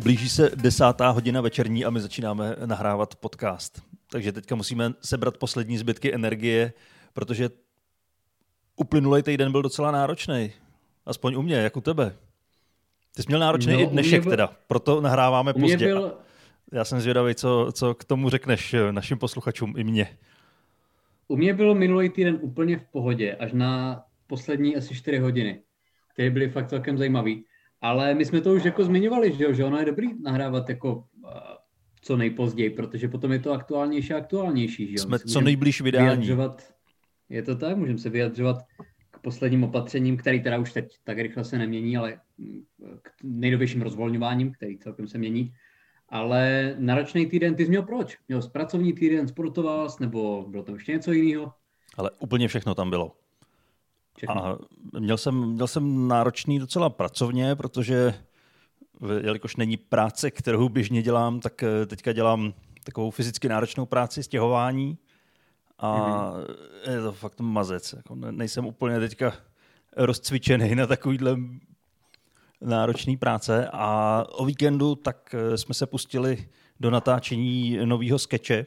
Blíží se 10:00 večerní a my začínáme nahrávat podcast. Takže teďka musíme sebrat poslední zbytky energie, protože uplynulý týden byl docela náročný. Aspoň u mě, jak u tebe. Ty jsi měl náročný i dnešek teda, proto nahráváme pozdě. Já jsem zvědavý, co k tomu řekneš našim posluchačům i mně. U mě bylo minulý týden úplně v pohodě, až na poslední asi 4 hodiny, které byly fakt celkem zajímavý. Ale my jsme to už jako zmiňovali, že ono je dobrý nahrávat jako co nejpozději, protože potom je to aktuálnější a aktuálnější. Že jo? Jsme co nejblíž vydání. Je to tak, můžeme se vyjadřovat k posledním opatřením, který teda už teď tak rychle se nemění, ale k nejnovějším rozvolňováním, který celkem se mění. Ale náročný týden, ty jsi měl proč? Měl jsi pracovní týden, sportoval jsi, nebo bylo tam ještě něco jiného? Ale úplně všechno tam bylo. A měl jsem náročný docela pracovně, protože jelikož není práce, kterou běžně dělám, tak teďka dělám takovou fyzicky náročnou práci, stěhování a je to fakt mazec. Jako nejsem úplně teďka rozcvičený na takovýhle náročný práce a o víkendu tak jsme se pustili do natáčení nového skeče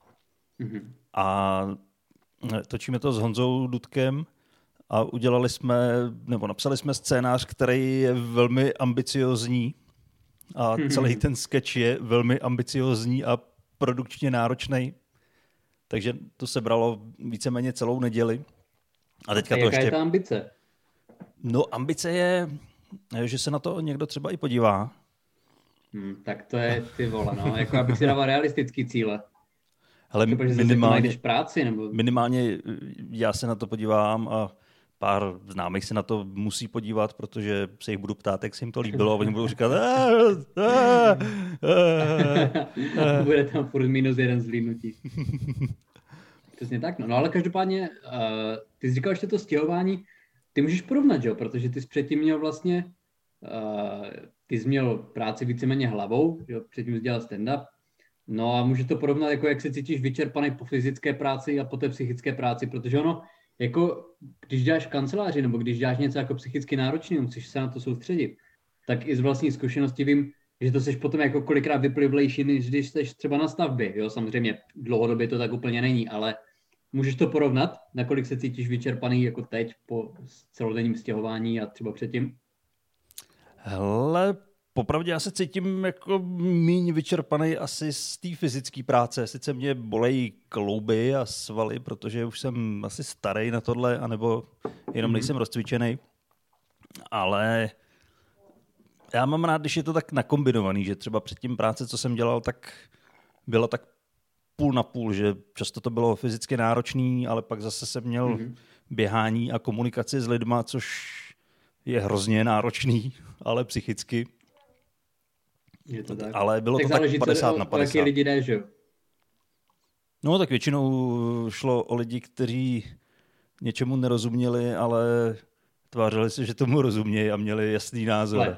a točíme to s Honzou Dudkem. A napsali jsme scénář, který je velmi ambiciozní a celý ten sketch je velmi ambiciozní a produkčně náročný. Takže to se bralo víceméně celou neděli. A teďka to ještě... je ta ambice? No ambice je, že se na to někdo třeba i podívá. Tak to je ty vole, no. Jako abych si dával realistický cíle. Ale minimálně práci, nebo... minimálně já se na to podívám a pár známých se na to musí podívat, protože se jich budu ptát, jak se jim to líbilo a oni budou říkat Bude tam furt -1 zlínutí. Přesně tak, no. No ale každopádně, ty jsi říkal ještě to stěhování, ty můžeš porovnat, jo, protože ty jsi předtím měl vlastně, ty jsi měl práci víceméně hlavou, jo, předtím jsi dělal stand-up, no a můžeš to porovnat, jako jak se cítíš vyčerpaný po fyzické práci a po té psychické práci, protože ono, jako když děláš v kanceláři nebo když děláš něco jako psychicky náročný, musíš se na to soustředit, tak i z vlastní zkušenosti vím, že to seš potom jako kolikrát vyplivlejší, než když seš třeba na stavbě. Jo, samozřejmě dlouhodobě to tak úplně není, ale můžeš to porovnat, nakolik se cítíš vyčerpaný jako teď po celodenním stěhování a třeba předtím? Hele, popravdě já se cítím jako míň vyčerpaný asi z té fyzické práce. Sice mě bolejí klouby a svaly, protože už jsem asi starý na tohle, anebo jenom nejsem rozcvičený. Ale já mám rád, když je to tak nakombinovaný, že třeba předtím práce, co jsem dělal, tak byla tak půl na půl, že často to bylo fyzicky náročný, ale pak zase jsem měl běhání a komunikaci s lidma, což je hrozně náročný, ale psychicky. Je to tak. Ale bylo tak to tak 50 na 50. Taky lidi jde, že? No tak většinou šlo o lidi, kteří něčemu nerozuměli, ale tvářili se, že tomu rozumějí a měli jasný názor.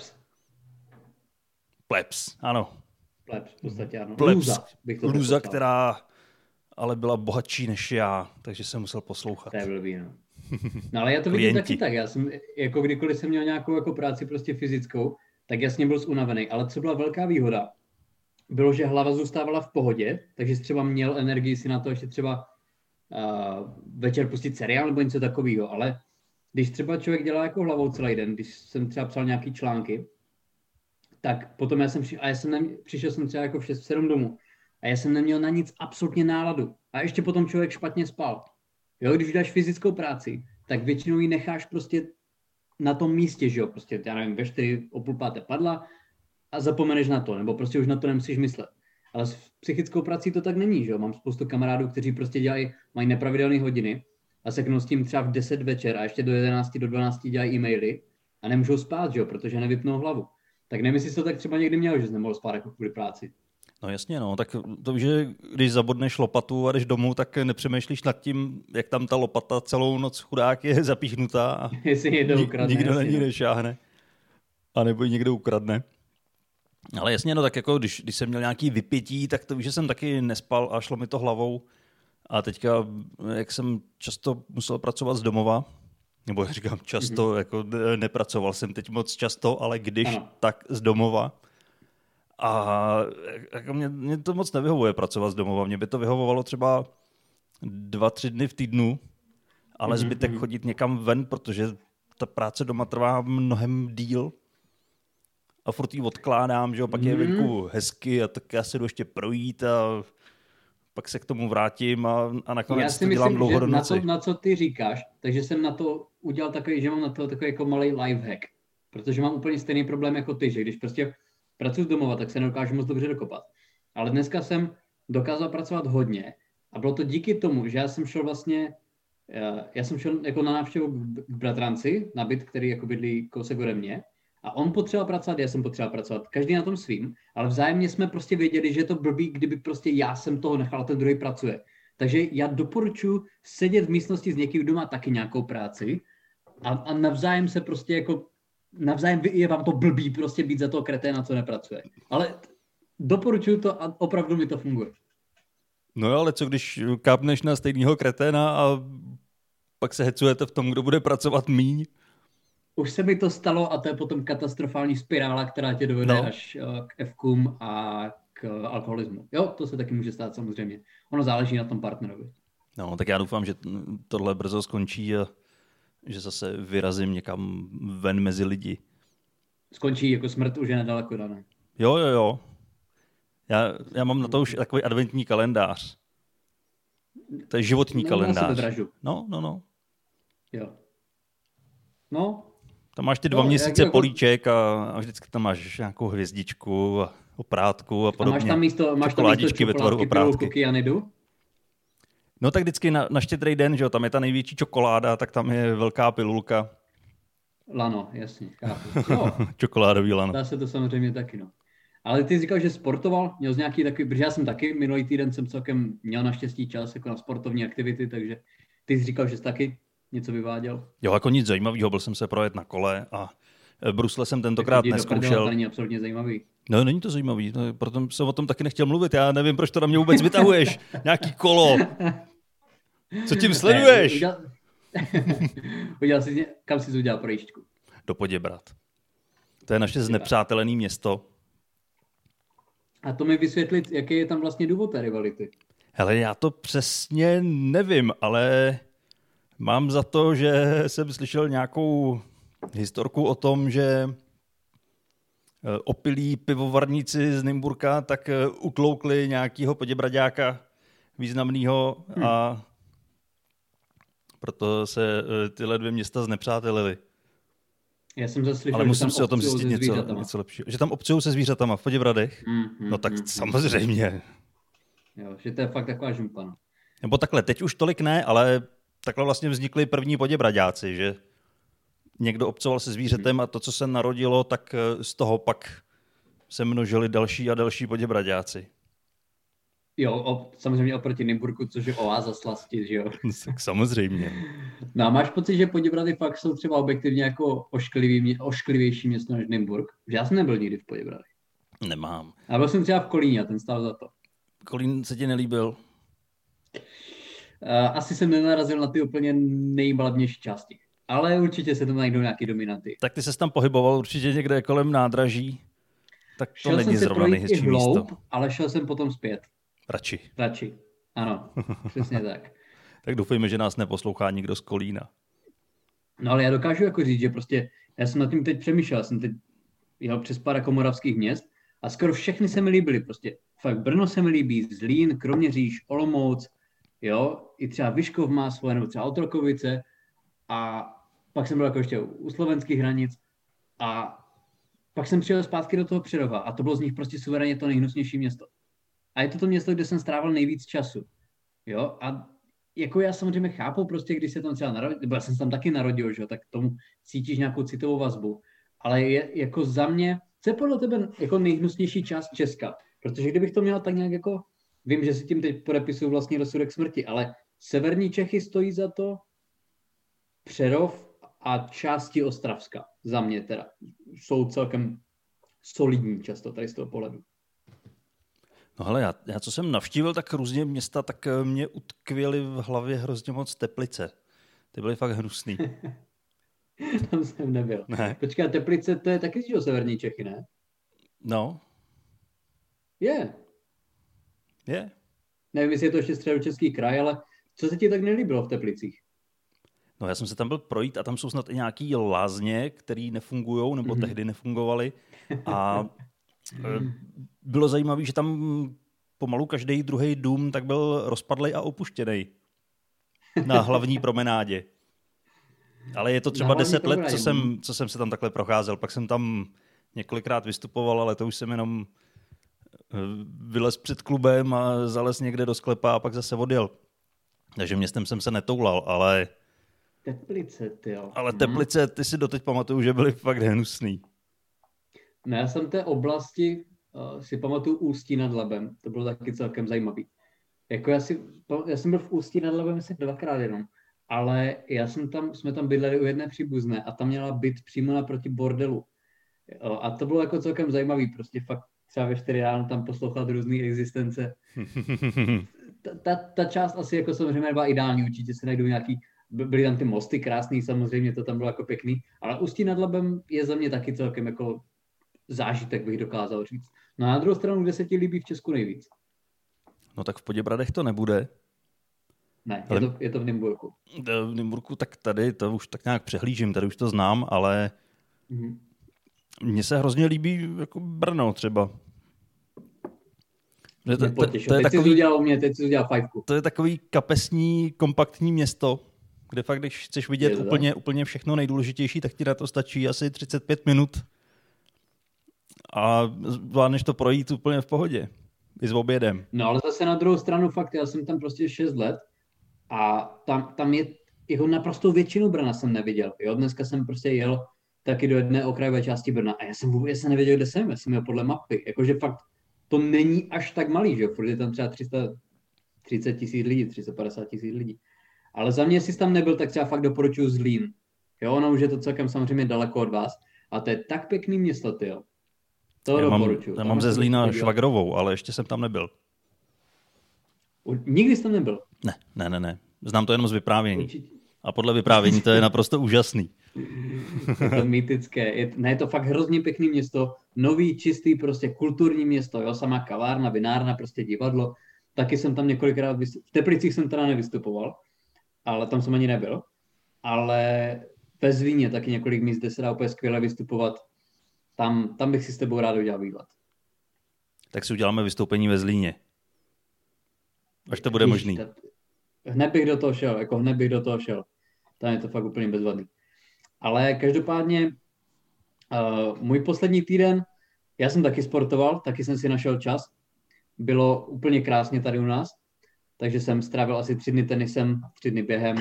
Plebs, ano. Plebs, v podstatě ano. Lůza, která ale byla bohatší než já, takže jsem musel poslouchat. To je blbý, no. No ale já to vidím taky tak. Já jsem, jako kdykoliv jsem měl nějakou jako práci prostě fyzickou, tak jasně byl unavený, ale co byla velká výhoda, bylo, že hlava zůstávala v pohodě, takže jsi třeba měl energii si na to ještě třeba večer pustit seriál nebo něco takového, ale když třeba člověk dělá jako hlavou celý den, když jsem třeba psal nějaký články, tak potom přišel jsem třeba jako v 6-7 domů a já jsem neměl na nic absolutně náladu a ještě potom člověk špatně spal. Jo, když děláš fyzickou práci, tak většinou ji necháš prostě na tom místě, že jo, prostě, já nevím, ve 4:30 padla a zapomeneš na to, nebo prostě už na to nemusíš myslet. Ale s psychickou prací to tak není, že jo, mám spoustu kamarádů, kteří prostě mají nepravidelné hodiny a seknou s tím třeba v 10 večer a ještě do 11, do 12 dělají e-maily a nemůžou spát, že jo, protože nevypnou hlavu. Tak nevím, jestli jsi to tak třeba někdy měl, že jsi nemohl spát jako kvůli práci. No jasně, no, tak to, že když zabodneš lopatu a jdeš domů, tak nepřemýšlíš nad tím, jak tam ta lopata celou noc chudák je zapíchnutá a nikdo na ní nešáhne. A nebo ji někdo ukradne. Ale jasně, no tak jako když jsem měl nějaký vypětí, tak to víš, že jsem taky nespal a šlo mi to hlavou. A teďka, jak jsem často musel pracovat z domova, nebo říkám často, jako nepracoval jsem teď moc často, ale když, tak z domova. A jako mě to moc nevyhovuje pracovat z domova. Mě by to vyhovovalo třeba 2-3 dny v týdnu, ale zbytek chodit někam ven, protože ta práce doma trvá mnohem díl. A furt ji odkládám, že jo, pak je venku hezky a tak já se jdu ještě projít a pak se k tomu vrátím a nakonec to dělám dlouho do noci. Na co ty říkáš, takže jsem na to udělal takový, že mám na to takový jako malý lifehack, protože mám úplně stejný problém jako ty, že když prostě pracuji z domova, tak se nedokážu moc dobře dokopat. Ale dneska jsem dokázal pracovat hodně a bylo to díky tomu, že já jsem šel jako na návštěvu k bratranci, na byt, který jako bydlí kousek ode mě. A on potřeboval pracovat, já jsem potřeboval pracovat. Každý na tom svým, ale vzájemně jsme prostě věděli, že je to blbý, kdyby prostě já jsem toho nechal a ten druhý pracuje. Takže já doporučuji sedět v místnosti s někým, kdo má taky nějakou práci a navzájem se prostě jako, navzájem je vám to blbý prostě být za toho kreténa, co nepracuje. Ale doporučuji to a opravdu mi to funguje. No jo, ale co když kápneš na stejného kreténa a pak se hecujete v tom, kdo bude pracovat míň? Už se mi to stalo a to je potom katastrofální spirála, která tě dovede až k F-kům a k alkoholismu. Jo, to se taky může stát samozřejmě. Ono záleží na tom partnerovi. No, tak já doufám, že tohle brzo skončí a že zase vyrazím někam ven mezi lidi. Skončí, jako smrt už je nedaleko dané. Jo. Já mám na to už takový adventní kalendář. To je životní kalendář. No. Jo. No. Tam máš ty 2 měsíce políček a vždycky tam máš nějakou hvězdičku a oprátku a podobně. A máš tam místo čokoládky pilulku kyanidu? No tak vždycky na Štědrý den, že jo, tam je ta největší čokoláda, tak tam je velká pilulka. Lano, jasně, chápu. No. Čokoládový lano. Dá se to samozřejmě taky, no. Ale ty jsi říkal, že sportoval, měl jsi nějaký takový, protože já jsem taky minulý týden jsem celkem měl naštěstí čas jako na sportovní aktivity, takže ty jsi říkal, že jsi taky něco vyváděl. Jo, jako nic zajímavého, byl jsem se projet na kole a brusle jsem tentokrát neskoušel. To není absolutně zajímavý. No, není to zajímavý, no, proto jsem o tom taky nechtěl mluvit, já nevím, proč to na mě vůbec vytahuješ, nějaký kolo. Co tím sleduješ? Kam jsi udělal projížďku? Do Poděbrad. To je naše znepřátelené město. A to mi vysvětlit, jaký je tam vlastně důvod té rivality. Hele, já to přesně nevím, ale mám za to, že jsem slyšel nějakou historku o tom, že opilí pivovarníci z Nymburka tak utloukli nějakého poděbraďáka významného a proto se tyhle 2 města znepřátelily. Já jsem zaslyšel, ale musím si o tom zjistit něco lepšího. Že tam obcují se zvířatama v Poděbradech? No tak samozřejmě. Jo, že to je fakt taková žumpa. Nebo takhle, teď už tolik ne, ale takhle vlastně vznikli první poděbraďáci, že někdo obcoval se zvířetem a to, co se narodilo, tak z toho pak se množili další a další poděbraďáci. Jo, samozřejmě oproti Nymburku, což je oáza slasti, že jo? Tak samozřejmě. No a máš pocit, že Poděbrady fakt jsou třeba objektivně jako ošklivější město než Nymburk? Že já jsem nebyl nikdy v Poděbradech. Nemám. A byl jsem třeba v Kolíně a ten stál za to. Kolín se ti nelíbil? Asi jsem nenarazil na ty úplně nejbalebnější části. Ale určitě se tam najdou nějaký dominanty. Tak ty ses tam pohyboval určitě někde kolem nádraží. Tak to není zrovna nejhezčí místo. Ale šel jsem potom zpět. Radši. Ano, přesně tak. Tak doufejme, že nás neposlouchá nikdo z Kolína. No ale já dokážu jako říct, že prostě já jsem nad tím teď přemýšlel. Já jsem teď jel přes pár jako moravských měst a skoro všechny se mi líbily. Prostě fakt Brno se mi líbí, Zlín, Kroměříž, Olomouc, jo, i třeba Vyškov má svoje, nebo třeba Otrokovice a pak jsem byl jako ještě u slovenských hranic a pak jsem přijel zpátky do toho Přerova a to bylo z nich prostě suverénně to nejhnusnější město. A je to město, kde jsem strávil nejvíc času. Jo? A jako já samozřejmě chápu prostě, když se tam třeba narodil, nebo já jsem se tam taky narodil, že? Tak k tomu cítíš nějakou citovou vazbu. Ale je jako za mě, co je podle tebe jako nejhnusnější část Česka? Protože kdybych to měl tak nějak jako, vím, že si tím teď podepisuju vlastně rozsudek smrti, ale severní Čechy stojí za to, Přerov a části Ostravska. Za mě teda. Jsou celkem solidní často tady z toho pohledu. No hele, já co jsem navštívil tak různě města, tak mě utkvěly v hlavě hrozně moc Teplice. Ty byly fakt hnusný. Tam jsem nebyl. Ne. Počkej, Teplice, to je taky z severní Čechy, ne? No. Je. Je? Nevím, jestli je to ještě Středočeský kraj, ale co se ti tak nelíbilo v Teplicích? No já jsem se tam byl projít a tam jsou snad i nějaký lázně, které nefungujou, nebo tehdy nefungovaly. A bylo zajímavé, že tam pomalu každý druhý dům tak byl rozpadlej a opuštěný na hlavní promenádě. Ale je to třeba 10 let, co jsem se tam takhle procházel. Pak jsem tam několikrát vystupoval, ale to už jsem jenom vylez před klubem a zalez někde do sklepa a pak zase odjel. Takže městem jsem se netoulal, ale... Teplice, tyjo. Ale Teplice, ty si doteď pamatuju, že byly fakt hnusný. No já jsem té oblasti si pamatuju Ústí nad Labem. To bylo taky celkem zajímavý. Jako já jsem byl v Ústí nad Labem asi 2krát jenom. Ale jsme tam bydleli u jedné příbuzné a tam měla byt přímo naproti bordelu. A to bylo jako celkem zajímavý. Prostě fakt třeba ve 4 ráno tam poslouchat různý existence. Ta část asi jako samozřejmě nebyla ideální. Určitě se najdou nějaký, byly tam ty mosty krásný, samozřejmě to tam bylo jako pěkný. Ale Ústí nad Labem je za mě taky celkem jako zážitek, bych dokázal říct. No a na druhou stranu, kde se ti líbí v Česku nejvíc? No tak v Poděbradech to nebude. Ne, je to v Nymburku. V Nymburku, tak tady to už tak nějak přehlížím, tady už to znám, ale mně se hrozně líbí jako Brno třeba. Teď jsi udělal mě, teď jsi udělal 5. To je takový kapesní, kompaktní město, kde fakt, když chceš vidět úplně všechno nejdůležitější, tak ti na to stačí asi 35 minut a zvládneš to projít úplně v pohodě. I s obědem. No ale zase na druhou stranu fakt, já jsem tam prostě 6 let a tam je jeho naprostou většinu Brna jsem neviděl. Jo? Dneska jsem prostě jel taky do jedné okrajové části Brna a já jsem vůbec nevěděl, kde jsem. Já jsem jel podle mapy. Jakože fakt to není až tak malý, že jo? Furt je tam třeba 330 000 lidí, 350 000 lidí. Ale za mě, jestli jsi tam nebyl, tak třeba fakt doporučuji Zlín. Jo, ono už je to celkem samozřejmě daleko od vás. A to je tak pěkný město, ty jo. To doporučuji. Já mám ze Zlína švagrovou, ale ještě jsem tam nebyl. Nikdy jsi tam nebyl? Ne. Znám to jenom z vyprávění. Určitě. A podle vyprávění to je naprosto úžasný. Je to mýtické. Je to fakt hrozně pěkný město. Nový, čistý, prostě kulturní město. Jo? Sama kavárna, vinárna, prostě divadlo. Taky jsem tam několikrát v Teplicích jsem teda nevystupoval, ale tam jsem ani nebyl. Ale ve Zlíně taky několik míst, kde se dá úplně skvěle vystupovat. Tam bych si s tebou rád udělal výlet. Tak si uděláme vystoupení ve Zlíně. Až to bude možný. Hned bych do toho šel. Tam je to fakt úplně bezvadný. Ale každopádně můj poslední týden, já jsem taky sportoval, taky jsem si našel čas. Bylo úplně krásně tady u nás, takže jsem strávil asi 3 dny tenisem, 3 dny během.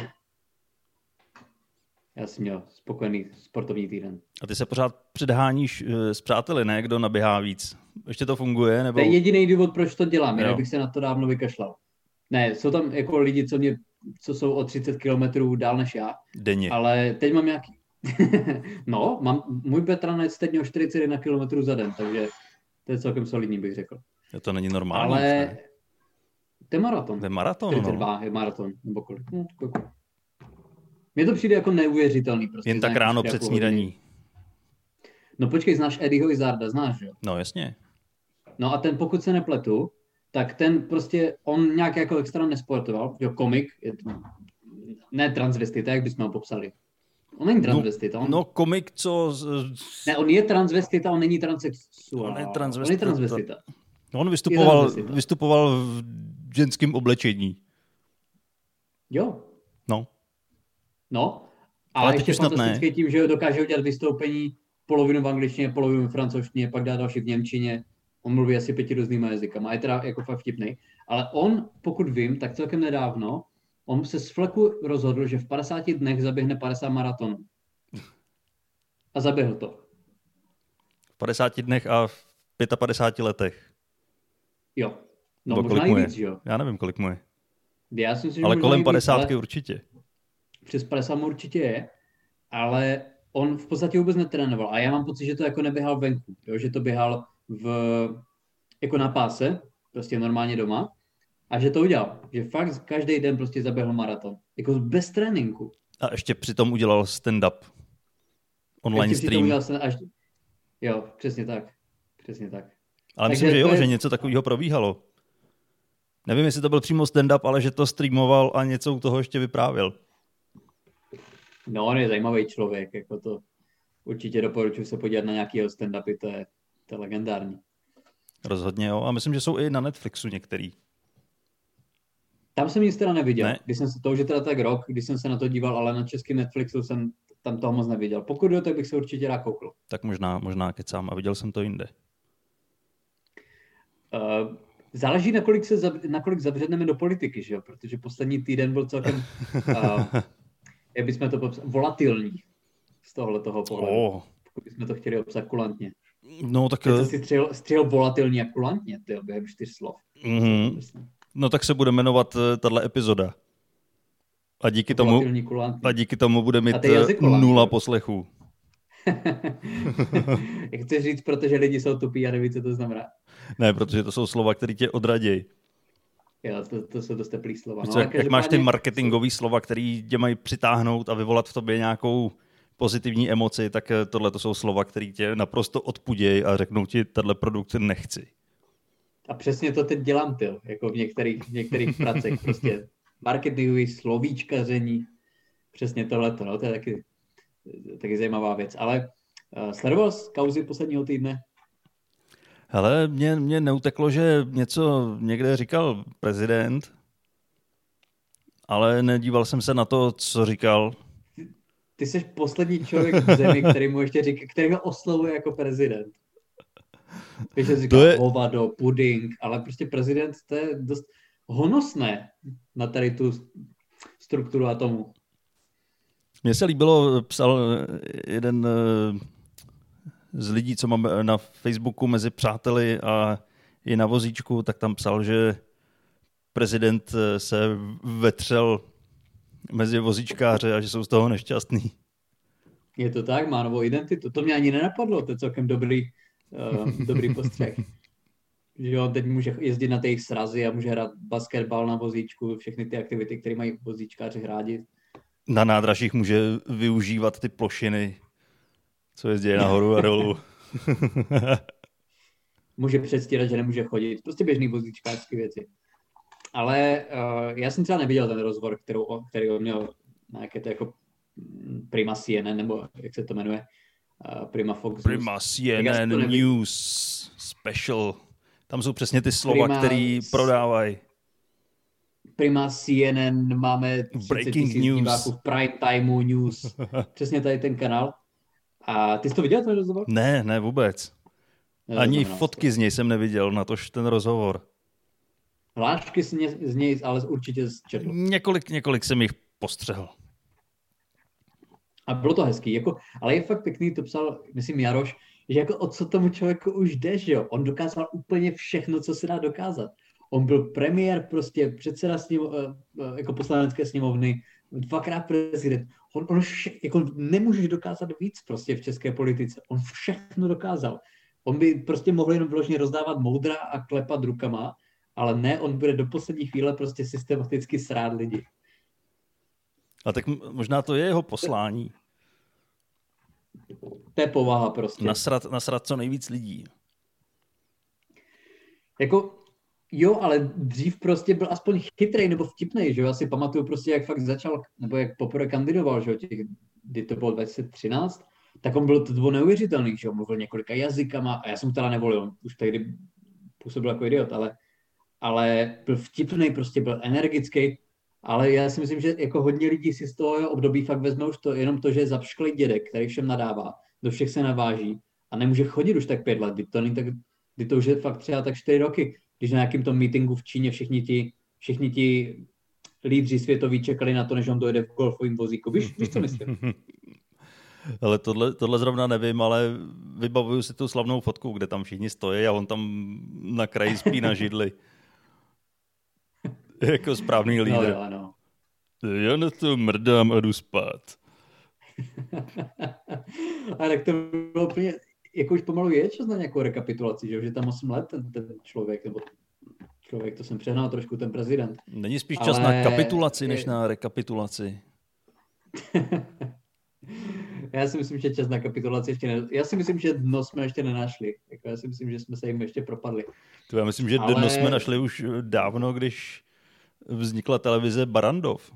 Já jsem měl spokojený sportovní týden. A ty se pořád předháníš s přáteli, ne? Kdo naběhá víc? Ještě to funguje? Nebo... To je jediný důvod, proč to dělám, jinak bych se na to dávno vykašlal. Ne, jsou tam jako lidi, co jsou o 30 kilometrů dál než já. Denně. Ale teď mám nějaký... můj Petranec teď měl 41 kilometrů za den, takže to je celkem solidní, bych řekl. To není normální. Ale ne? To je maraton. To je maraton, 42 je maraton, nebo kolik. Mně to přijde jako neuvěřitelný. Prostě jen tak ráno před snídaní. No počkej, znáš Eddieho Izzarda, znáš, jo? No jasně. No a ten, pokud se nepletu, tak ten prostě, on nějak jako extra nesportoval, jo, komik, ne transvestita, jak bychom ho popsali. On není transvestita. No komik, co... Ne, on je transvestita, on není transsexuál. On je transvestita. On vystupoval v ženském oblečení. Jo. No. Ale ještě fantastické tím, že dokáže udělat vystoupení polovinu v angličtině, polovinu v francouzštině, pak dá další v němčině. On mluví asi 5 různýma jazykama. A je teda jako fakt vtipný. Ale on, pokud vím, tak celkem nedávno, on se z fleku rozhodl, že v 50 dnech zaběhne 50 maratonů. A zaběhl to. V 50 dnech a v 55 letech. Jo. No možná i víc, jo. Já nevím, kolik mu je. Já si myslím, ale kolem 50 víc, určitě. Přes 50 určitě je, ale on v podstatě vůbec netrénoval. A já mám pocit, že to jako neběhal venku. Jo? Že to běhal jako na páse, prostě normálně doma. A že to udělal. Že fakt každý den prostě zaběhl maraton. Jako bez tréninku. A ještě přitom udělal stand-up. Online stream. Jo, přesně tak. Přesně tak. Ale myslím, že jo, že něco takového probíhalo. Nevím, jestli to byl přímo stand-up, ale že to streamoval a něco u toho ještě vyprávěl. No, on je zajímavý člověk, jako to určitě doporučuji se podívat na nějakýho stand-upy, to je legendární. Rozhodně jo, a myslím, že jsou i na Netflixu některý. Tam jsem nic teda neviděl. Ne? To už je teda tak rok, když jsem se na to díval, ale na českém Netflixu jsem tam toho moc neviděl. Pokud jo, tak bych se určitě rád koukl. Tak možná kecám a viděl jsem to jinde. Záleží, nakolik zabředneme do politiky, že jo? Protože poslední týden byl celkem, jak bychom to popsali, volatilní z tohoto pohledu. Pokud bychom to chtěli obsat kulantně. No tak... Teď si střihl volatilní a kulantně, během 4 slov. Mm-hmm. No tak se bude jmenovat tato epizoda. A díky tomu bude mít 0 poslechů. Jak chceš říct, protože lidi jsou tupí a neví, co to znamená? Ne, protože to jsou slova, které tě odradějí. Jo, to jsou dost teplý slova. No, jak máš ty marketingový slova, které tě mají přitáhnout a vyvolat v tobě nějakou pozitivní emoci, tak tohle to jsou slova, které tě naprosto odpudějí a řeknou ti, tato produkce nechci. A přesně to teď dělám, jako v některých pracech. Prostě marketingový slovíčkaření. Přesně tohleto, no, to je taky zajímavá věc. Ale sledoval jsi kauzy posledního týdne? Hele, mě neuteklo, že něco někde říkal prezident, ale nedíval jsem se na to, co říkal. Ty jsi poslední člověk v zemi, který ho oslovuje jako prezident. Víš, že říká hovado, puding, ale prostě prezident, to je dost honosné na tady tu strukturu atomu. Mně se líbilo, psal jeden z lidí, co máme na Facebooku mezi přáteli a i na vozíčku, tak tam psal, že prezident se vetřel mezi vozíčkáře a že jsou z toho nešťastný. Je to tak, má novou identitu. To mě ani nenapadlo, to je celkem dobrý postřeh. Že on teď může jezdit na těch srazy a může hrát basketbal na vozíčku, všechny ty aktivity, které mají vozíčkáři rádi. Na nádražích může využívat ty plošiny, co jezdí nahoru a dolů. Může předstírat, že nemůže chodit. Prostě běžný vozíčkářské věci. Ale já jsem třeba neviděl ten rozhovor, který on měl na jaké to jako Prima CNN, nebo jak se to jmenuje, Prima Fox. Prima CNN News Special. Tam jsou přesně ty slova, které prodávají. Prima CNN, máme 30 000 diváků v prime timeu news. Přesně tady ten kanál. A ty jsi to viděl, ten rozhovor? Ne, vůbec. Ani fotky z něj jsem neviděl, natož ten rozhovor. Hlášky z něj, ale určitě zčetl. Několik jsem jich postřehl. A bylo to hezký, ale je fakt pěkný, to psal, myslím, Jaroš, že jako o co tomu člověku už jde, že jo? On dokázal úplně všechno, co se dá dokázat. On byl premiér, prostě předseda jako poslanecké sněmovny, 2krát prezident. On jako nemůžeš dokázat víc prostě v české politice. On všechno dokázal. On by prostě mohl jenom vložně rozdávat moudra a klepat rukama, ale ne, on bude do poslední chvíle prostě systematicky srát lidi. A tak možná to je jeho poslání. To je povaha prostě. Nasrat co nejvíc lidí. Jako, jo, ale dřív prostě byl aspoň chytrej nebo vtipnej, že jo? Já si pamatuju prostě, jak fakt začal, nebo jak poprvé kandidoval, že jo? Kdy to bylo 2013, tak on byl to neuvěřitelný, že jo? Mluvil několika jazykama a já jsem teda nevolil, už tehdy působil jako idiot, ale byl vtipnej, prostě byl energický. Ale já si myslím, že jako hodně lidí si z toho období fakt vezme už to, jenom to, že je zapšklý dědek, který všem nadává, do všech se naváží a nemůže chodit už tak 5 let, kdy to už je fakt třeba tak 4 roky, když na nějakým tom meetingu v Číně všichni ti lídři světoví čekali na to, než on dojde v golfovým vozíku. Víš, co myslím? Ale tohle zrovna nevím, ale vybavuju si tu slavnou fotku, kde tam všichni stojí a on tam na kraji spí na židli. Jako správný lídr. No, ano. Já na to mrdám a jdu spát. A tak to bylo úplně, jako už pomalu je čas na nějakou rekapitulaci, že tam 8 let ten člověk, nebo člověk, to jsem přehnal trošku, ten prezident. Není spíš čas na kapitulaci, než na rekapitulaci? Já si myslím, že čas na kapitulaci ještě já si myslím, že dno jsme ještě nenašli. Jako já si myslím, že jsme se jim ještě propadli. To já myslím, že dno jsme našli už dávno, když vznikla televize Barrandov.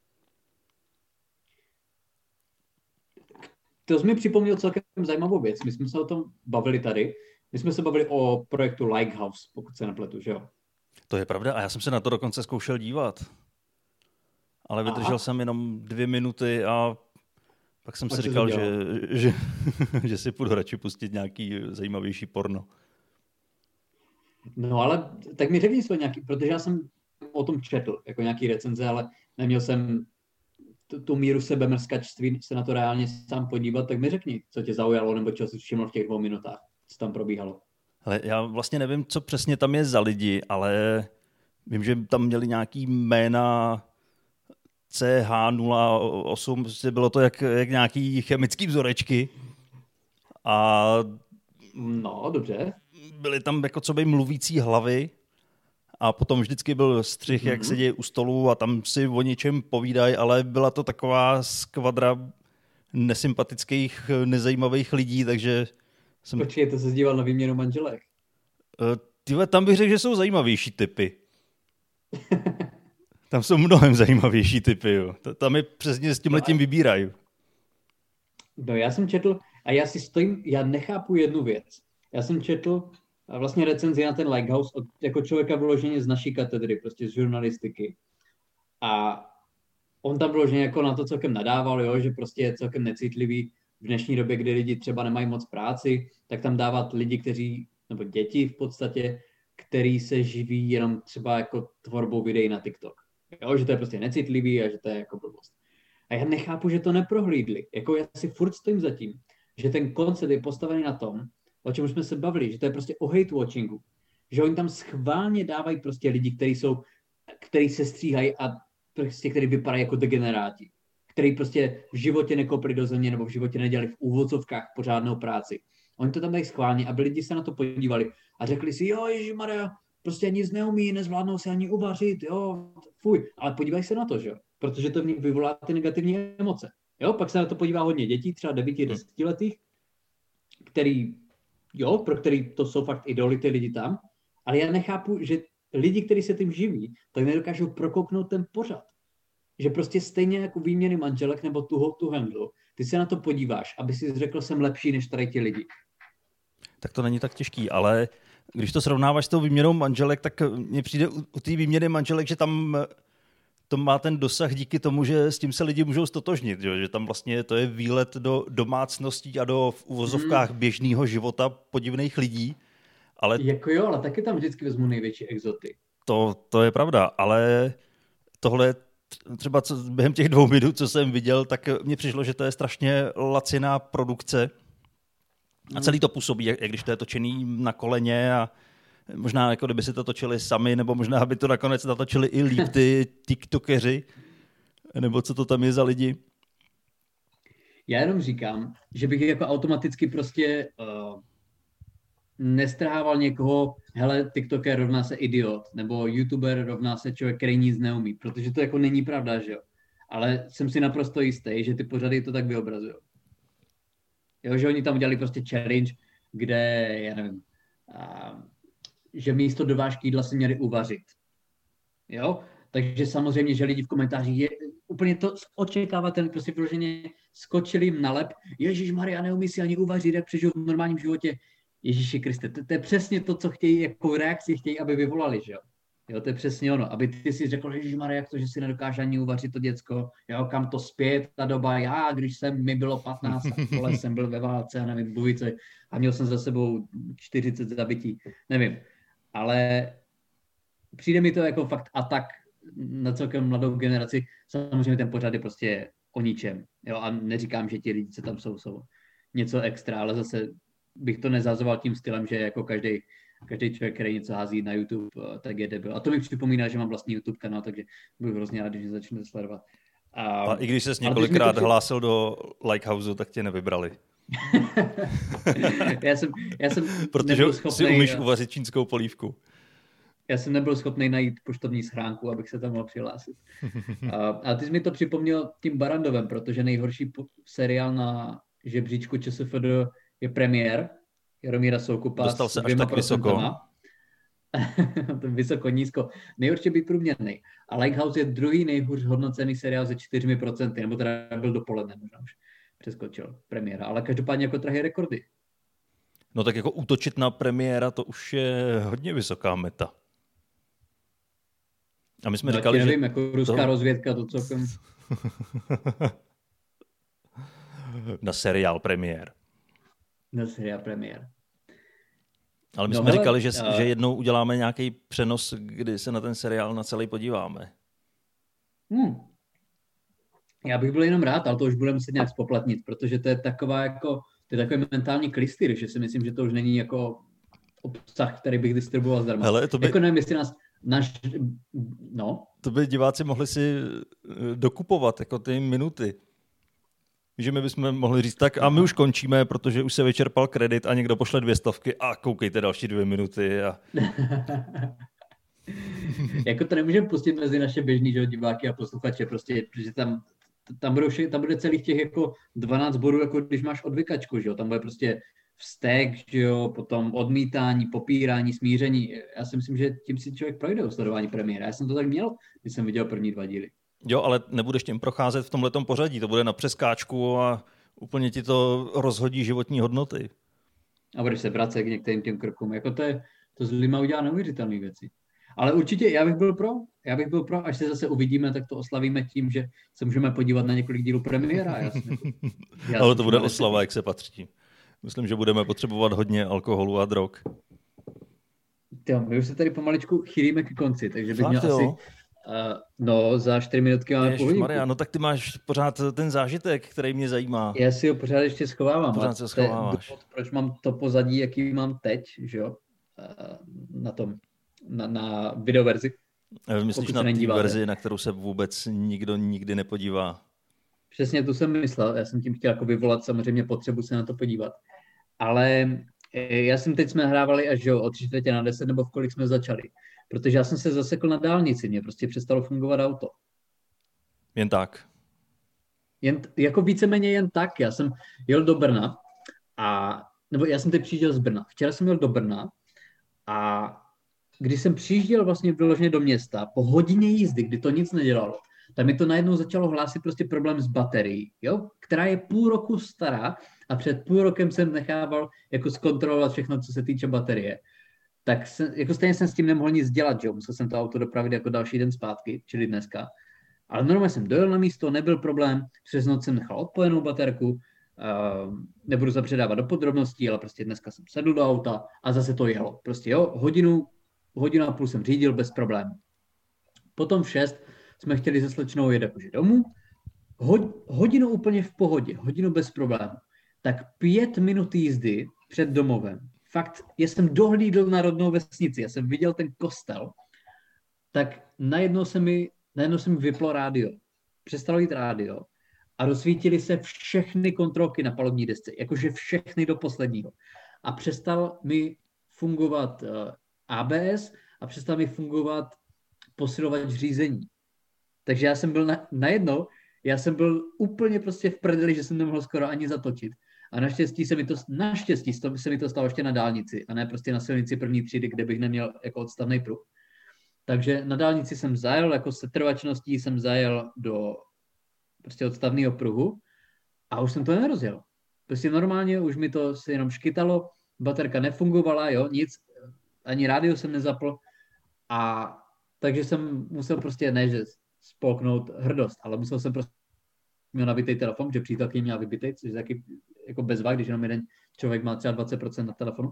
To jsi mi připomněl celkem zajímavou věc. My jsme se o tom bavili tady. My jsme se bavili o projektu Likehouse, pokud se nepletu, že jo? To je pravda a já jsem se na to dokonce zkoušel dívat. Ale vydržel jsem jenom 2 minuty a pak jsem si říkal, že si půjdu radši pustit nějaký zajímavější porno. No ale tak mi řekni svoje nějaký, protože já jsem o tom četl, jako nějaký recenze, ale neměl jsem tu míru sebemrskačství se na to reálně sám podívat, tak mi řekni, co tě zaujalo, nebo čeho jsi všiml v těch 2 minutách, co tam probíhalo. Hele, já vlastně nevím, co přesně tam je za lidi, ale vím, že tam měli nějaký jména CH08, prostě bylo to jak nějaký chemický vzorečky. A no, dobře. Byly tam jako co by mluvící hlavy a potom vždycky byl střih, jak sedí u stolu a tam si o něčem povídají, ale byla to taková skvadra nesympatických, nezajímavých lidí, takže jsem... Počkej, to se díval na výměnu manželek. Tam bych řekl, že jsou zajímavější typy. Tam jsou mnohem zajímavější typy, jo. Tam je přesně s tímhletím vybírají. No já jsem četl, a já nechápu jednu věc. Já jsem četl vlastně recenzi na ten Likehouse od jako člověka vyloženě z naší katedry, prostě z žurnalistiky. A on tam vyloženě jako na to celkem nadával, jo, že prostě je celkem necitlivý v dnešní době, kdy lidi třeba nemají moc práci, tak tam dávat lidi, nebo děti v podstatě, který se živí jenom třeba jako tvorbou videí na TikTok. Jo, že to je prostě necitlivý a že to je jako blbost. A já nechápu, že to neprohlídli. Jako já si furt stojím za tím, že ten koncept je postavený na tom, o čem jsme se bavili, že to je prostě o hate-watchingu. Že oni tam schválně dávají prostě lidi, kteří se stříhají a prostě, kteří vypadají jako degeneráti. Kteří prostě v životě nekopli do země nebo v životě nedělali v úvodzovkách pořádnou práci. Oni to tam dají schválně, aby lidi se na to podívali a řekli si, jo, ježišmarja, prostě nic neumí, nezvládnou se ani uvařit, jo, fuj. Ale podívej se na to, že jo, protože to v nich vyvolá ty negativní emoce. Jo, pak se na to podívá hodně dětí, třeba 9-10 letých, pro který to jsou fakt idoly, ty lidi tam, ale já nechápu, že lidi, kteří se tím živí, tak nedokážou prokouknout ten pořad. Že prostě stejně jako výměny manželek nebo tu handlu, ty se na to podíváš, aby si řekl, jsem lepší než tady ti lidi. Tak to není tak těžký, ale když to srovnáváš s tou výměnou manželek, tak mně přijde u té výměny manželek, že tam to má ten dosah díky tomu, že s tím se lidi můžou stotožnit, že tam vlastně to je výlet do domácností a do v uvozovkách běžného života podivných lidí. Ale jako jo, ale taky tam vždycky vezmu největší exoty. To je pravda, ale tohle třeba během těch 2 minut, co jsem viděl, tak mně přišlo, že to je strašně laciná produkce a celý to působí, jak když to je točený na koleně a možná jako kdyby si to točili sami, nebo možná by to nakonec natočili i líp ty tiktokeři, nebo co to tam je za lidi. Já jenom říkám, že bych jako automaticky prostě nestrhával někoho, hele, tiktoker rovná se idiot, nebo youtuber rovná se člověk, který nic neumí, protože to jako není pravda, že jo. Ale jsem si naprosto jistý, že ty pořady to tak vyobrazují. Jo, že oni tam udělali prostě challenge, kde, já nevím, že místo dovážky jídla si měli uvařit. Jo? Takže samozřejmě, že lidi v komentářích je úplně to očekává, ten prostě vyloženě skočili jim na lep. Ježišmarja, neumí si ani uvařit, jak přežijou v normálním životě. Ježíši Kriste, to je přesně to, co chtějí, jakou reakci chtějí, aby vyvolali, že jo? Jo, to je přesně ono. Aby ty si řekl, ježišmarja, jak to, že si nedokáže ani uvařit to děcko, jo, kam to zpět, ta doba, já, když mi bylo 15 a vole, jsem byl ve válce, a nevím, buvice, a měl jsem za sebou 40 zabití, nevím. Ale přijde mi to jako fakt atak na celkem mladou generaci. Samozřejmě ten pořad je prostě o ničem. Jo? A neříkám, že ti lidi, co tam jsou něco extra, ale zase bych to nezazoval tím stylem, že jako každý člověk, který něco hází na YouTube, tak je debil. A to mi připomíná, že mám vlastní YouTube kanál, takže bych hrozně rád, když začnu sledovat. A i když ses několikrát hlásil do Likehouse, tak tě nevybrali. já jsem protože si umíš uvařit čínskou polívku. Já jsem nebyl schopný najít poštovní schránku, abych se tam mohl přihlásit. A ty jsi mi to připomněl tím Barandovem, protože nejhorší seriál na žebříčku ČSFD je Premiér Jaromíra Soukupa. Dostal se až tak vysoko. Vysoko, nízko. Nejhorší být průměrný. A Lighthouse je druhý nejhůř hodnocený seriál se 4%, nebo teda byl dopoledne, možná už přeskočil Premiéra. Ale každopádně jako trhý rekordy. No tak jako útočit na Premiéra, to už je hodně vysoká meta. A my jsme říkali, nevím, jako ruská rozvědka, to celkem... Na seriál Premiér. Na seriál Premiér. Ale my jsme říkali, že jednou uděláme nějaký přenos, kdy se na ten seriál na celý podíváme. Já bych byl jenom rád, ale to už budeme muset nějak spoplatnit, protože to je taková jako, to je takový mentální klistýr, že si myslím, že to už není jako obsah, který bych distribuoval zdarma. Hele, to by... Jako nevím, jestli To by diváci mohli si dokupovat, jako ty minuty. Že my bychom mohli říct tak a my už končíme, protože už se vyčerpal kredit a někdo pošle 200 a koukejte další 2 minuty. A... jako to nemůžeme pustit mezi naše běžný diváky a posluchače, prostě, protože tam bude celých těch jako 12 bodů, jako když máš odvykačku, že jo? Tam bude prostě vztek, že jo? Potom odmítání, popírání, smíření. Já si myslím, že tím si člověk projde o sledování Premiéra. Já jsem to tak měl, když jsem viděl první 2 díly. Jo, ale nebudeš tím procházet v tomhletom pořadí, to bude na přeskáčku a úplně ti to rozhodí životní hodnoty. A budeš se vracet k některým těm krokům. Jako to z Lima udělá neuvěřitelné věci. Ale určitě já bych byl pro, až se zase uvidíme, tak to oslavíme tím, že se můžeme podívat na několik dílů Premiéra. Ale to bude oslava, jak se patří. Myslím, že budeme potřebovat hodně alkoholu a drog. My už se tady pomaličku chýlíme ke konci, takže bych měl asi... za 4 minutky máme půl hodinku. Maria, no tak ty máš pořád ten zážitek, který mě zajímá. Já si ho pořád ještě schovávám. Pořád se schováváš. Proč mám to pozadí, jaký mám teď, že jo? Na videoverzi. Myslíš na té verzi, na kterou se vůbec nikdo nikdy nepodívá? Přesně, tu jsem myslel. Já jsem tím chtěl jako vyvolat samozřejmě potřebu se na to podívat. Ale já jsem teď jsme hrávali až o 9:45 nebo v kolik jsme začali. Protože já jsem se zasekl na dálnici, mě prostě přestalo fungovat auto. Jen tak? Jako víceméně jen tak. Já jsem jel do Brna nebo já jsem teď přijížděl z Brna. Včera jsem jel do Brna a když jsem přijížděl vlastně vyloženě do města, po hodině jízdy, kdy to nic nedělalo, tak mi to najednou začalo hlásit prostě problém s baterií, jo? Která je půl roku stará a před půl rokem jsem nechával jako zkontrolovat všechno, co se týče baterie. Tak jako stejně jsem s tím nemohl nic dělat, že? Musel jsem to auto dopravit jako další den zpátky, čili dneska. Ale normálně jsem dojel na místo, nebyl problém, přes noc jsem nechal odpojenou baterku, nebudu se předávat do podrobností, ale prostě dneska jsem sedl do auta a zase to jelo. Prostě jo, hodinu a půl jsem řídil bez problémů. Potom v 6 jsme chtěli se slečnou jet jakože domů, hodinu úplně v pohodě, hodinu bez problémů. Tak 5 minut jízdy před domovem, fakt, já jsem dohlídl na rodnou vesnici, já jsem viděl ten kostel, tak najednou se mi vyplo rádio. Přestalo jít rádio a rozsvítily se všechny kontrolky na palubní desce, jakože všechny do posledního. A přestal mi fungovat ABS a přestal mi fungovat posilovač řízení. Takže já jsem byl najednou, já jsem byl úplně prostě v prdeli, že jsem nemohl skoro ani zatočit. A naštěstí se mi to stalo ještě na dálnici a ne prostě na silnici první třídy, kde bych neměl jako odstavný pruh. Takže na dálnici jsem zajel, jako se trvačností jsem zajel do prostě odstavného pruhu a už jsem to nerozjel. Prostě normálně už mi to se jenom škytalo, baterka nefungovala, jo, nic, ani rádio jsem nezapl a takže jsem musel prostě že spolknout hrdost, ale musel jsem prostě měl nabitý telefon, že přítelkyně měla vybitej, což je taky jako bezva, když jenom jeden člověk má třeba 20% na telefonu.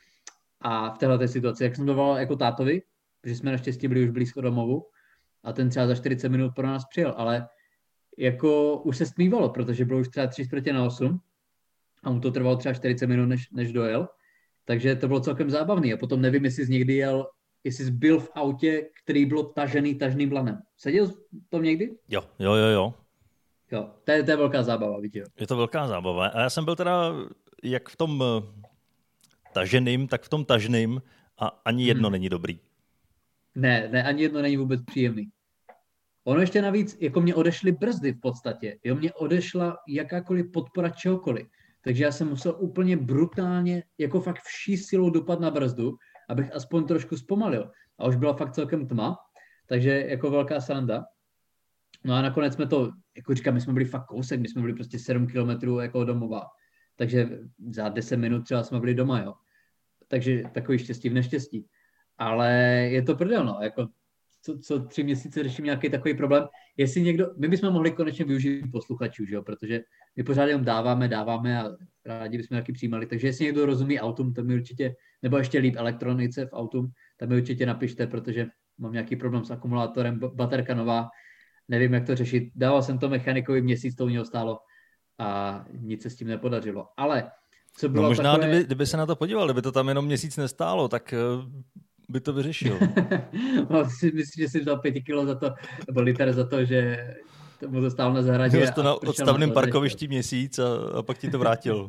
A v téhle situaci, jak jsem dovolal jako tátovi, protože jsme naštěstí byli už blízko domovu a ten třeba za 40 minut pro nás přijel, ale jako už se stmívalo, protože bylo už třeba 7:45 a mu to trvalo třeba 40 minut, než dojel. Takže to bylo celkem zábavný. A potom nevím, jestli jsi byl v autě, který bylo tažený tažným lanem. Seděl to někdy? Jo. Jo, to je velká zábava, víte. Je to velká zábava. A já jsem byl teda jak v tom taženým, tak v tom tažným a ani jedno není dobrý. Ne, ani jedno není vůbec příjemný. Ono ještě navíc, jako mě odešly brzdy v podstatě. Jo, mě odešla jakákoliv podpora čehokoliv. Takže já jsem musel úplně brutálně, jako fakt vší silou dopad na brzdu, abych aspoň trošku zpomalil. A už byla fakt celkem tma, takže jako velká sranda. No a nakonec jsme to, jako říkám, my jsme byli fakt kousek, my jsme byli prostě 7 kilometrů jako domova. Takže za 10 minut třeba jsme byli doma, jo. Takže takový štěstí v neštěstí. Ale je to prdel, no, jako co 3 měsíce řeším nějaký takový problém. Jestli někdo, my bychom mohli konečně využít posluchačů, že jo, protože my pořád jenom dáváme a rádi bychom taky přijímali. Takže jestli někdo rozumí autům, tak mi určitě, nebo ještě líp elektronice v autům, tak mi určitě napište, protože mám nějaký problém s akumulátorem, baterka nová, nevím, jak to řešit. Dával jsem to mechanikovi, měsíc to u něho stálo a nic se s tím nepodařilo. Ale co bylo možná, takové... kdyby se na to podíval, kdyby to tam jenom měsíc nestálo, tak by to vyřešil. Myslím, že si dal 5 kilo za to, nebo liter za to, že mu to stálo na zahradě. Měl jsi to na odstavném parkovišti měsíc a pak ti to vrátil.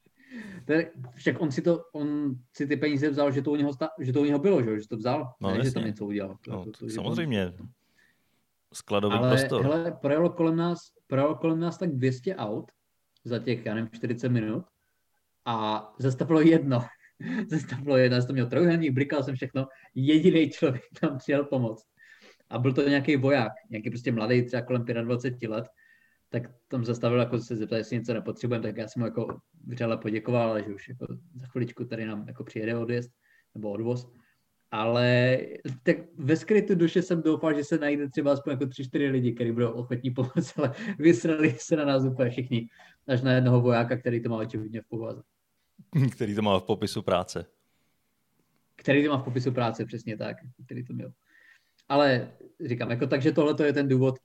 Však on si ty peníze vzal, že to u něho bylo, že to vzal, no, ne, že tam něco udělal. To samozřejmě. Skladový ale, prostor. Hele, projelo kolem nás tak 200 aut za těch, já nevím, 40 minut a zastavilo jedno. Já jsem měl trojuhelník, blikal jsem všechno, jediný člověk tam přijel pomoct. A byl to nějaký voják, nějaký prostě mladý, třeba kolem 25 let, tak tam zastavil, jako se zeptat, jestli něco nepotřebujeme, tak já jsem mu jako vřele poděkoval, ale že už jako za chviličku tady nám jako přijede odjezd nebo odvoz. Ale tak ve skrytu duše jsem doufal, že se najde třeba aspoň jako 3-4 lidi, kteří budou ochotní pomoct, ale vysrali se na nás úplně všichni, až na jednoho vojáka, který to má očividně v povaze. Který to má v popisu práce. Který to má v popisu práce, přesně tak. Který to měl. Ale říkám, jako takže tohle je ten důvod,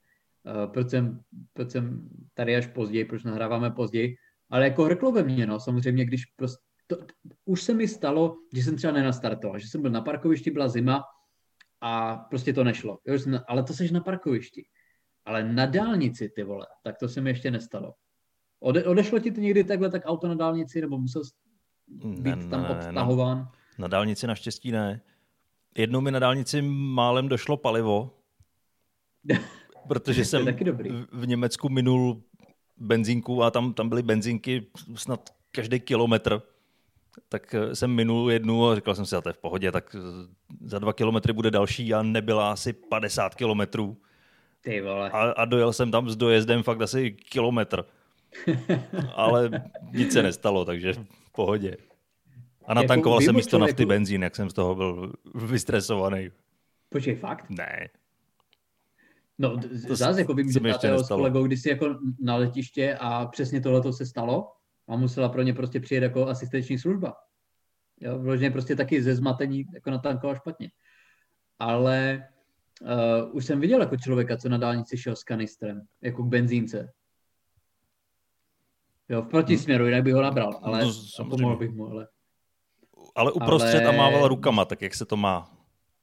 proč jsem tady až později, proč nahráváme později. Ale jako hrklo ve mně, no, samozřejmě, když prostě už se mi stalo, že jsem třeba nenastartoval, že jsem byl na parkovišti, byla zima a prostě to nešlo. Ale to seš na parkovišti. Ale na dálnici, ty vole, tak to se mi ještě nestalo. Odešlo ti to někdy takhle tak auto na dálnici, nebo musel být tam odtahován? Na dálnici naštěstí ne. Jednou mi na dálnici málem došlo palivo, protože jsem v Německu minul benzínku a tam byly benzínky snad každý kilometr. Tak jsem minul jednu a říkal jsem si, a to je v pohodě, tak za 2 kilometry bude další a nebyla asi 50 kilometrů. Ty vole. A dojel jsem tam s dojezdem fakt asi kilometr. Ale nic se nestalo, takže v pohodě. A natankoval jsem místo nafty benzín, jak jsem z toho byl vystresovaný. Počkej, fakt? Ne. No, zase jako vím, že s kolegou, když jsi jako na letiště a přesně tohleto se stalo a musela pro ně prostě přijet jako asistenční služba. Jo, vložně prostě taky ze zmatení jako natankoval špatně. Ale už jsem viděl jako člověka, co na dálnici šel s kanistrem, jako k benzínce. Jo, v protisměru, jinak bych ho nabral, ale pomohl bych mu, ale uprostřed a mával rukama, tak jak se to má.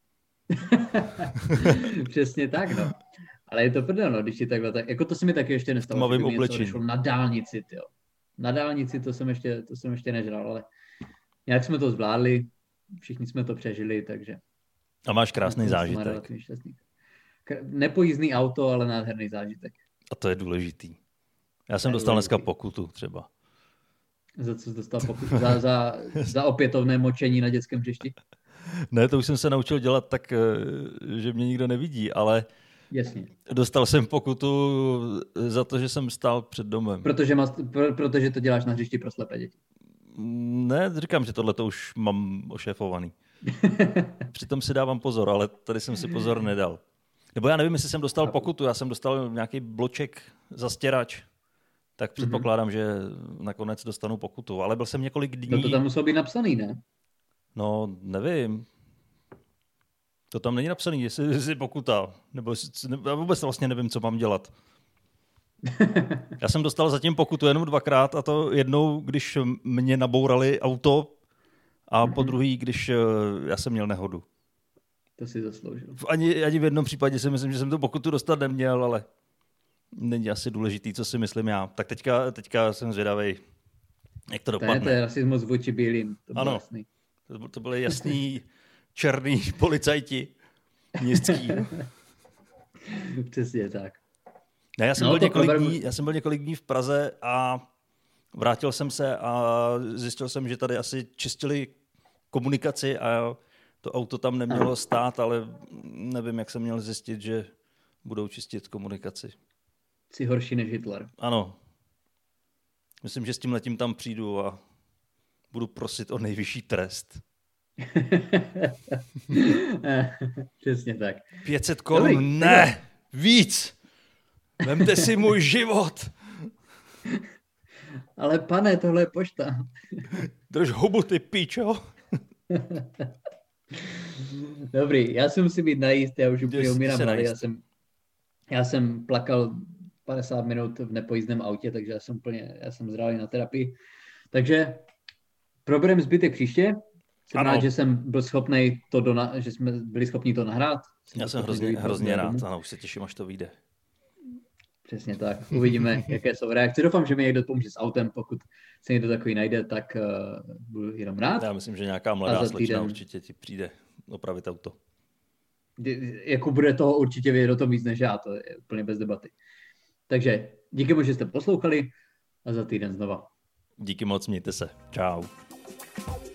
Přesně tak, no. Ale je to prdel, no, když ti takhle, tak, jako to se mi taky ještě nestalo, že by něco šlo na dálnici, tyjo. Na dálnici to jsem ještě nežral, ale nějak jsme to zvládli, všichni jsme to přežili, takže... A máš krásný zážitek. Nepojízdný auto, ale nádherný zážitek. A to je důležitý. Já jsem dostal dneska pokutu třeba. Za co jsi dostal pokutu? Za opětovné močení na dětském hřišti? Ne, to už jsem se naučil dělat tak, že mě nikdo nevidí, ale jasně. Dostal jsem pokutu za to, že jsem stál před domem. Protože to děláš na hřišti pro slepé děti. Ne, říkám, že tohle to už mám ošéfovaný. Přitom si dávám pozor, ale tady jsem si pozor nedal. Nebo já nevím, jestli jsem dostal pokutu, já jsem dostal nějaký bloček za stěrač, tak předpokládám, že nakonec dostanu pokutu. Ale byl jsem několik dní... No to tam muselo být napsaný, ne? No, nevím. To tam není napsaný, jestli pokuta. Nebo já vůbec vlastně nevím, co mám dělat. Já jsem dostal zatím pokutu jenom 2krát, a to jednou, když mě nabourali auto, a po druhý, když já jsem měl nehodu. To si zasloužil. Ani v jednom případě si myslím, že jsem tu pokutu dostat neměl, ale není asi důležitý, co si myslím já. Tak teďka jsem zvědavej, jak to dopadne. To je rasismus vůči bílým. To bylo jasný. To byly jasný černý policajti. městský. Přesně tak. Ne, já jsem byl několik dní v Praze a vrátil jsem se a zjistil jsem, že tady asi čistili komunikaci a to auto tam nemělo stát, ale nevím, jak jsem měl zjistit, že budou čistit komunikaci. Jsi horší než Hitler. Ano. Myslím, že s tím letím tam přijdu a budu prosit o nejvyšší trest. Přesně tak. 500 korun, ne, víc. Vemte si můj život. Ale pane, tohle je pošta. Drž hubu, ty píčo. Dobrý, já si musím jít najíst, já už úplně umírám. Já jsem plakal 50 minut v nepojízdném autě, takže já jsem zralý na terapii. Takže probereme zbytek příště. Jsem rád, že jsem byl schopný že jsme byli schopni to nahrát. Já jsem hrozně rád, ano, už se těším, až to vyjde. Přesně tak. Uvidíme, jaké jsou reakce. Doufám, že mi někdo pomůže s autem. Pokud se někdo takový najde, tak budu jenom rád. Já myslím, že nějaká mladá slečna určitě ti přijde opravit auto. Jako bude toho určitě vědět o tom víc než já, to je úplně bez debaty. Takže díky moc, že jste poslouchali a za týden znova. Díky moc, mějte se. Čau.